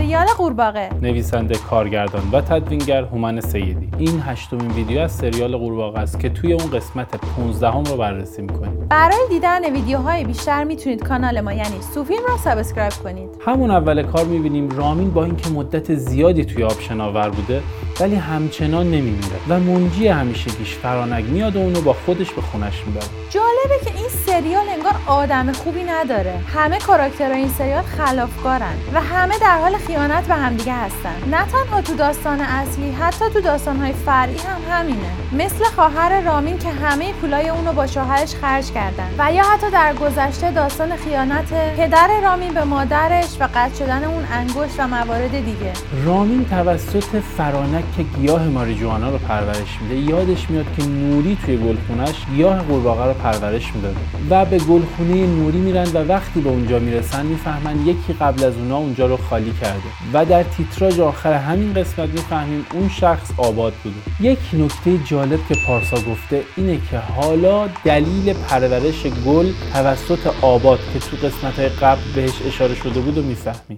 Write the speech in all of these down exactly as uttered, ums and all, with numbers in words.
سریال قورباغه. نویسنده، کارگردان و تدوینگر هومن سیدی. این هشتمین ویدیو از سریال قورباغه است که توی اون قسمت پانزدهم رو بررسی می‌کنیم. برای دیدن ویدیوهای بیشتر میتونید کانال ما یعنی سوفیلم رو سابسکرایب کنید. همون اول کار می‌بینیم رامین با اینکه مدت زیادی توی آب شناور بوده ولی همچنان نمی‌میره و منجی همیشگیش فرانک میاد و اونو با خودش به خونش میبره. جالبه که این سریال انگار آدم خوبی نداره. همه کاراکترهای این سریال خلافکارن و همه در حال خیانت به همدیگه هستن. نه تنها تو داستان اصلی، حتی تو داستان‌های فرعی هم همینه. مثل خواهر رامین که همه پولای اونو با شوهرش خرج کردن و یا حتی در گذشته داستان خیانت پدر رامین به مادرش و قطع شدن اون انگشت و موارد دیگه. رامین توسط فرانک که گیاه ماریجوانا رو پرورش میده یادش میاد که نوری توی گلخونه‌اش گیاه قورباغه رو پرورش میداده و به گلخونه نوری میرن و وقتی به اونجا میرسن میفهمن یکی قبل از اونا اونجا رو خالی کرده و در تیتراژ آخر همین قسمت میفهمیم اون شخص آباد بوده. یک نکته جالب که پارسا گفته اینه که حالا دلیل پرورش گل توسط آباد که تو قسمت‌های قبل بهش اشاره شده بود و میفهمیم.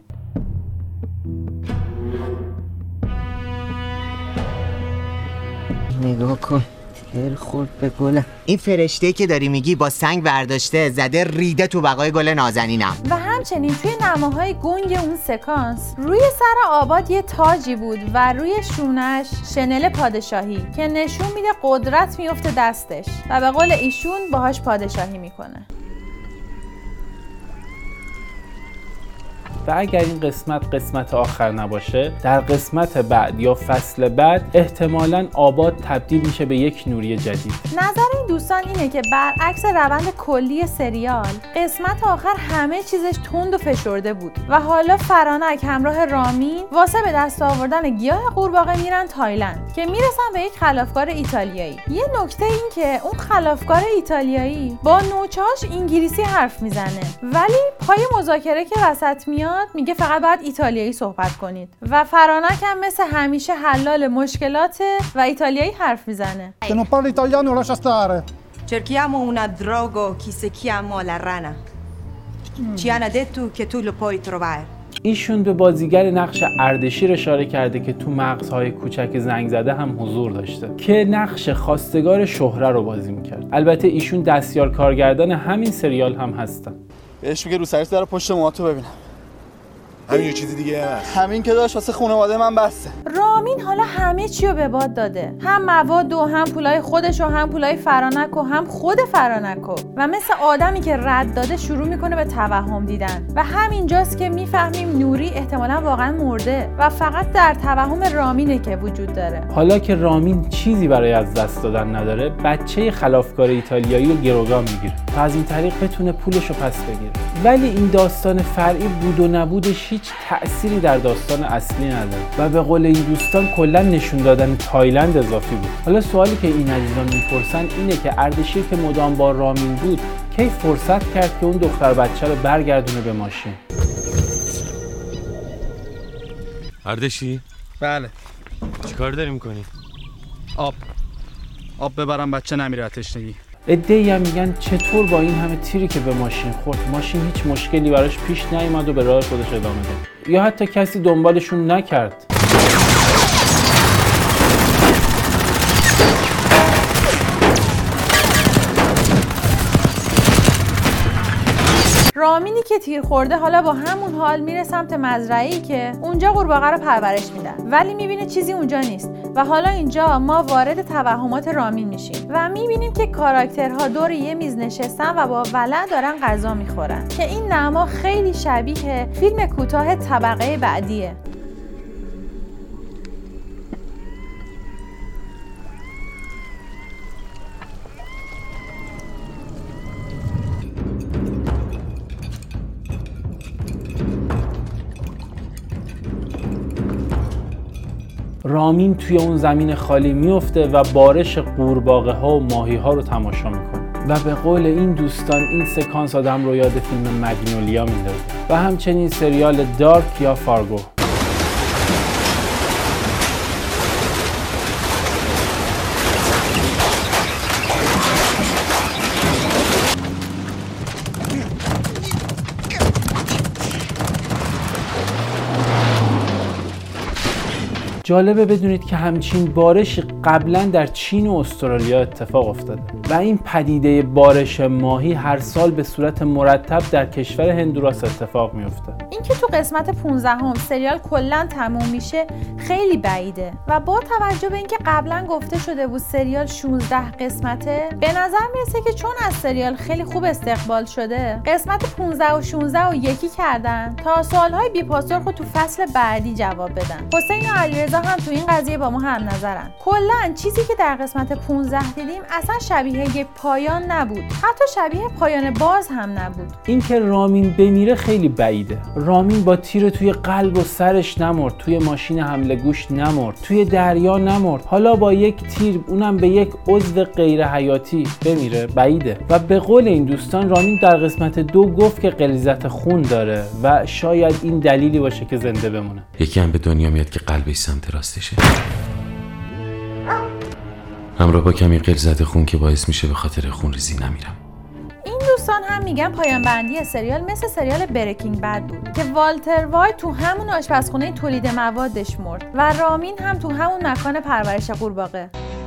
نگاه کن، تر خورد به گلم. این فرشته که داری میگی با سنگ برداشته زده ریده تو بقای گل نازنینم. و همچنین توی نماهای گنگ اون سکانس روی سر آباد یه تاجی بود و روی شونش شنل پادشاهی که نشون میده قدرت میفته دستش و به قول ایشون باهاش پادشاهی میکنه. و اگر این قسمت قسمت آخر نباشه در قسمت بعد یا فصل بعد احتمالاً آباد تبدیل میشه به یک نوری جدید. نظر این دوستان اینه که برعکس روند کلی سریال قسمت آخر همه چیزش تند و فشرده بود و حالا فرانک همراه رامین واسه به دست آوردن گیاه قورباغه میرن تایلند که میرسن به یک خلافکار ایتالیایی. یه نکته این که اون خلافکار ایتالیایی با نوچه‌هاش انگلیسی حرف میزنه ولی پای مذاکره که وسط میاد میگه فقط باید ایتالیایی صحبت کنید و فرانک هم مثل همیشه حلال مشکلاته و ایتالیایی حرف میزنه. Se non parli italiano lascia stare. Cerchiamo una droga che si chiama la rana. Ci hanno detto che tu lo puoi trovare. ایشون به بازیگر نقش اردشیر اشاره کرده که تو مغزهای کوچک زنگ زده هم حضور داشته که نقش خواستگار شهره رو بازی میکرد. البته ایشون دستیار کارگردان همین سریال هم هستن. بهش میگه رو سرت در پشت موهاتو ببینم. همین یه چیزی دیگه هست. همین که داشت واسه خانواده من بسته. رامین حالا همه چی رو به باد داده، هم مواد و هم پولای خودش و هم پولای فرانک و هم خود فرانک و و مثل آدمی که رد داده شروع میکنه به توهم دیدن و همینجاست که میفهمیم نوری احتمالاً واقعا مرده و فقط در توهم رامینه که وجود داره. حالا که رامین چیزی برای از دست دادن نداره بچه خلافکار ایتالیایی رو گروگان میگیره تا از این طریق بتونه پولش رو پس بگیره. ولی این داستان فرعی بود و نبودش هیچ تأثیری در داستان اصلی نداره و به قول این دوستان کلا نشون دادن تایلند اضافی بود. حالا سوالی که این عزیزان میپرسن اینه که اردشیر که مدام با رامین بود کی فرصت کرد که اون دختر بچه رو برگردونه به ماشین؟ اردشیر؟ بله. چیکار داری میکنی؟ آب آب ببرم بچه نمیره تشنگی. عده‌ای هم میگن چطور با این همه تیری که به ماشین خورد ماشین هیچ مشکلی براش پیش نیامد و به راه خودش ادامه داد یا حتی کسی دنبالشون نکرد. رامینی که تیر خورده حالا با همون حال میره سمت مزرعه‌ای که اونجا قورباغه رو پرورش میدن ولی میبینه چیزی اونجا نیست و حالا اینجا ما وارد توهمات رامین میشیم و میبینیم که کاراکترها دور یه میز نشستن و با ولع دارن غذا میخورن که این نما خیلی شبیه فیلم کوتاه طبقه بعدیه. رامین توی اون زمین خالی میفته و بارش قورباغه ها و ماهی ها رو تماشا میکنه و به قول این دوستان این سکانس آدم رو یاد فیلم مگنولیا میندازه و همچنین سریال دارک یا فارگو. جالبه بدونید که همچین بارشی قبلا در چین و استرالیا اتفاق افتاده و این پدیده بارش ماهی هر سال به صورت مرتب در کشور هندوراس اتفاق میفته. اینکه تو قسمت پانزدهم سریال کلا تموم میشه خیلی بعیده و با توجه به اینکه قبلا گفته شده بود سریال شانزده قسمته، به نظر میرسه که چون از سریال خیلی خوب استقبال شده، قسمت پانزده و شانزده رو یکی کردن تا سوالهای بی‌پاسخ رو تو فصل بعدی جواب بدن. حسین و علیرضا هم تو این قضیه با ما هم نظرن. کلا چیزی که در قسمت پانزده دیدیم اصلا شبیه یک پایان نبود، حتی شبیه پایان باز هم نبود. اینکه رامین بمیره خیلی بعیده. رامین با تیر توی قلب و سرش نمرد، توی ماشین حمله گوش نمرد، توی دریا نمرد، حالا با یک تیر اونم به یک عضو غیر حیاتی بمیره بعیده. و به قول این دوستان رامین در قسمت دو گفت که غلیظت خون داره و شاید این دلیلی باشه که زنده بمونه. یکی هم به دنیا میاد که قلبش سمت راستشه، همراه با کمی غلیظت خون که باعث میشه به خاطر خونریزی نمیرم. این دوستان هم میگن پایان بندی سریال مثل سریال بریکینگ بد بود که والتر وایت تو همون آشپزخونه تولید موادش مرد و رامین هم تو همون مکان پرورش قورباغه.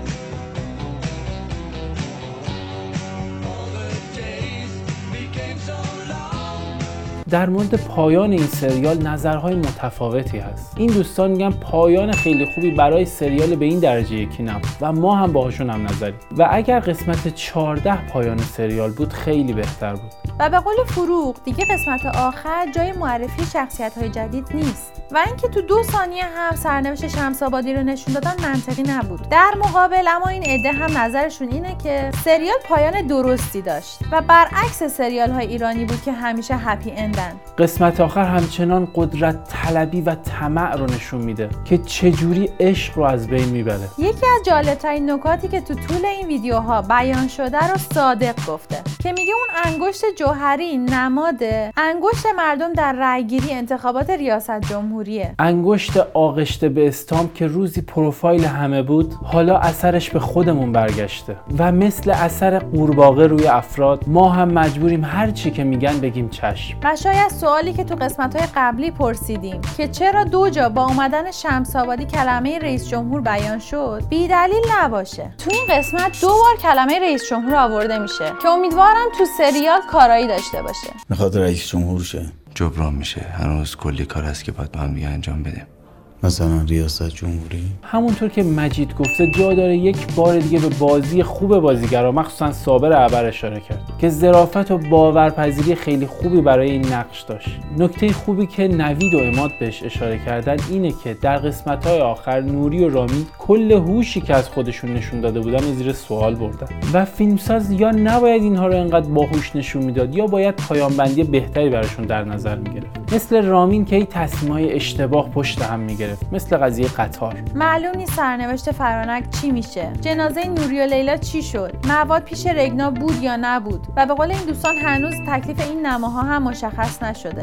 در مورد پایان این سریال نظرهای متفاوتی هست. این دوستان میگن پایان خیلی خوبی برای سریال به این درجه یکی نبود و ما هم باهاشون هم نظریم و اگر قسمت چهارده پایان سریال بود خیلی بهتر بود. و به قول فروغ دیگه قسمت آخر جای معرفی شخصیت‌های جدید نیست و اینکه تو دو ثانیه هم سرنوشت شمس‌آبادی رو نشون دادن منطقی نبود. در مقابل اما این عده هم نظرشون اینه که سریال پایان درستی داشت و برعکس سریال‌های ایرانی بود که همیشه هپی اند. قسمت آخر همچنان قدرت طلبی و طمع رو نشون میده که چجوری عشق رو از بین میبره. یکی از جالبترین نکاتی که تو طول این ویدیوها بیان شده رو صادق گفته که میگه اون انگشت جوهری نماد انگشت مردم در رأیگیری انتخابات ریاست جمهوریه. انگشت آغشته به استامپ که روزی پروفایل همه بود حالا اثرش به خودمون برگشته و مثل اثر قورباغه روی افراد ما هم مجبوریم هر چی که میگن بگیم چشم. شاید سوالی که تو قسمت‌های قبلی پرسیدیم که چرا دو جا با اومدن شمس‌آبادی کلمه رئیس جمهور بیان شد بی دلیل نباشه. تو این قسمت دو بار کلمه رئیس جمهور آورده میشه که امیدوارم تو سریال کارایی داشته باشه. میخواد رئیس جمهور شه. جبران میشه، هنوز کلی کار هست که باید با هم دیگه انجام بدیم. مثلا ریاست جمهوری. همونطور که مجید گفته جا داره یک بار دیگه به بازی خوب بازیگرا مخصوصا صابر عبر اشاره کرد که ظرافت و باورپذیری خیلی خوبی برای این نقش داشت. نکته خوبی که نوید و عماد بهش اشاره کردن اینه که در قسمت‌های آخر نوری و رامین کل هوشی که از خودشون نشون داده بودن زیر سوال بردن و فیلمساز یا نباید اینها رو انقدر باهوش نشون میداد یا باید پایان بندی بهتری براشون در نظر میگرفت. مثل رامین که این تصمیم‌های اشتباه پشت هم میگرفت، مثل قضیه قطار. معلوم نیست سرنوشت فرانک چی میشه، جنازه نوری و لیلا چی شد، مواد پیش رگنا بود یا نبود و به قول این دوستان هنوز تکلیف این نماها هم مشخص نشده.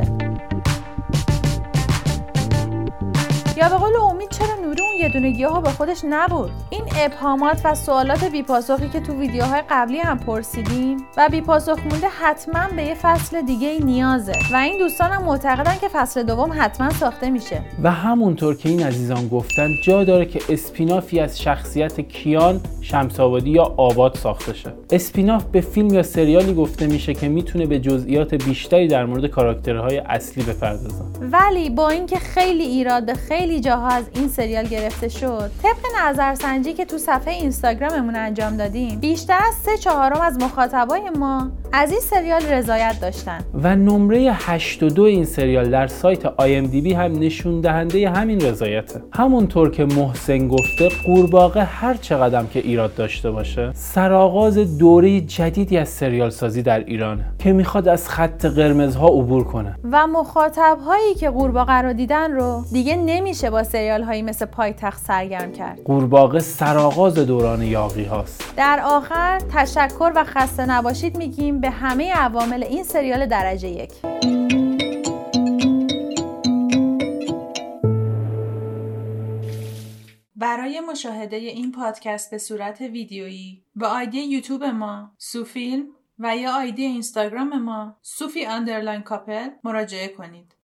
یا به قول امید چرا نوری اون یه دونه گیاهو به خودش نبرد؟ این ابهامات و سوالات بی‌پاسخی که تو ویدیوهای قبلی هم پرسیدیم و بی‌پاسخ مونده حتما به یه فصل دیگه نیازه و این دوستان هم معتقدن که فصل دوم حتما ساخته میشه. و همونطور که این عزیزان گفتن جا داره که اسپینافی از شخصیت کیان، شمس‌آبادی یا آباد ساخته شه. اسپیناف به فیلم یا سریالی گفته میشه که میتونه به جزئیات بیشتری در مورد کاراکترهای اصلی بپردازه. ولی با اینکه خیلی ایراد به خیلی جاها از این سریال گرفته شد، طبق نظرسنجی که تو صفحه اینستاگراممون انجام دادیم بیشتر از سه چهارم از مخاطبای ما از این سریال رضایت داشتن و نمره هشتاد و دو این سریال در سایت آی ام دی بی هم نشون دهنده همین رضایته. همونطور که محسن گفته قورباغه هر چقدر که ایراد داشته باشه سرآغاز دوره جدیدی از سریال سازی در ایرانه که میخواد از خط قرمزها عبور کنه و مخاطبهایی که قورباغه رو دیدن رو دیگه نمیشه با سریال هایی مثل پایتخت سرگرم کرد. قورباغه سرآغاز دوران یاغی هاست. در آخر تشکر و خسته نباشید میگیم به همه عوامل این سریال درجه یک. برای مشاهده این پادکست به صورت ویدیویی با آیدی یوتیوب ما سوفیلم و یا آیدی اینستاگرام ما سوفی اندرلاین کاپل مراجعه کنید.